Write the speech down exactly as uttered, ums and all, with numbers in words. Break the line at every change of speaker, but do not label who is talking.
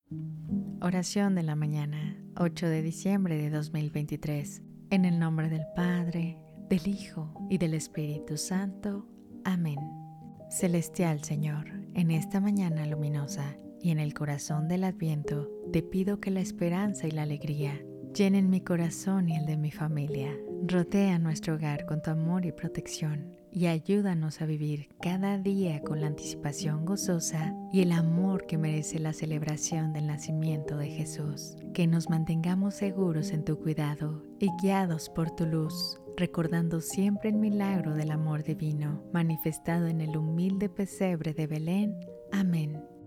Oración de la mañana, ocho de diciembre de dos mil veintitrés. En el nombre del Padre, del Hijo y del Espíritu Santo. Amén. Celestial Señor, en esta mañana luminosa y en el corazón del Adviento, te pido que la esperanza y la alegría llenen mi corazón y el de mi familia. Rodea nuestro hogar con tu amor y protección y ayúdanos a vivir cada día con la anticipación gozosa y el amor que merece la celebración del nacimiento de Jesús. Que nos mantengamos seguros en tu cuidado y guiados por tu luz, recordando siempre el milagro del amor divino manifestado en el humilde pesebre de Belén. Amén.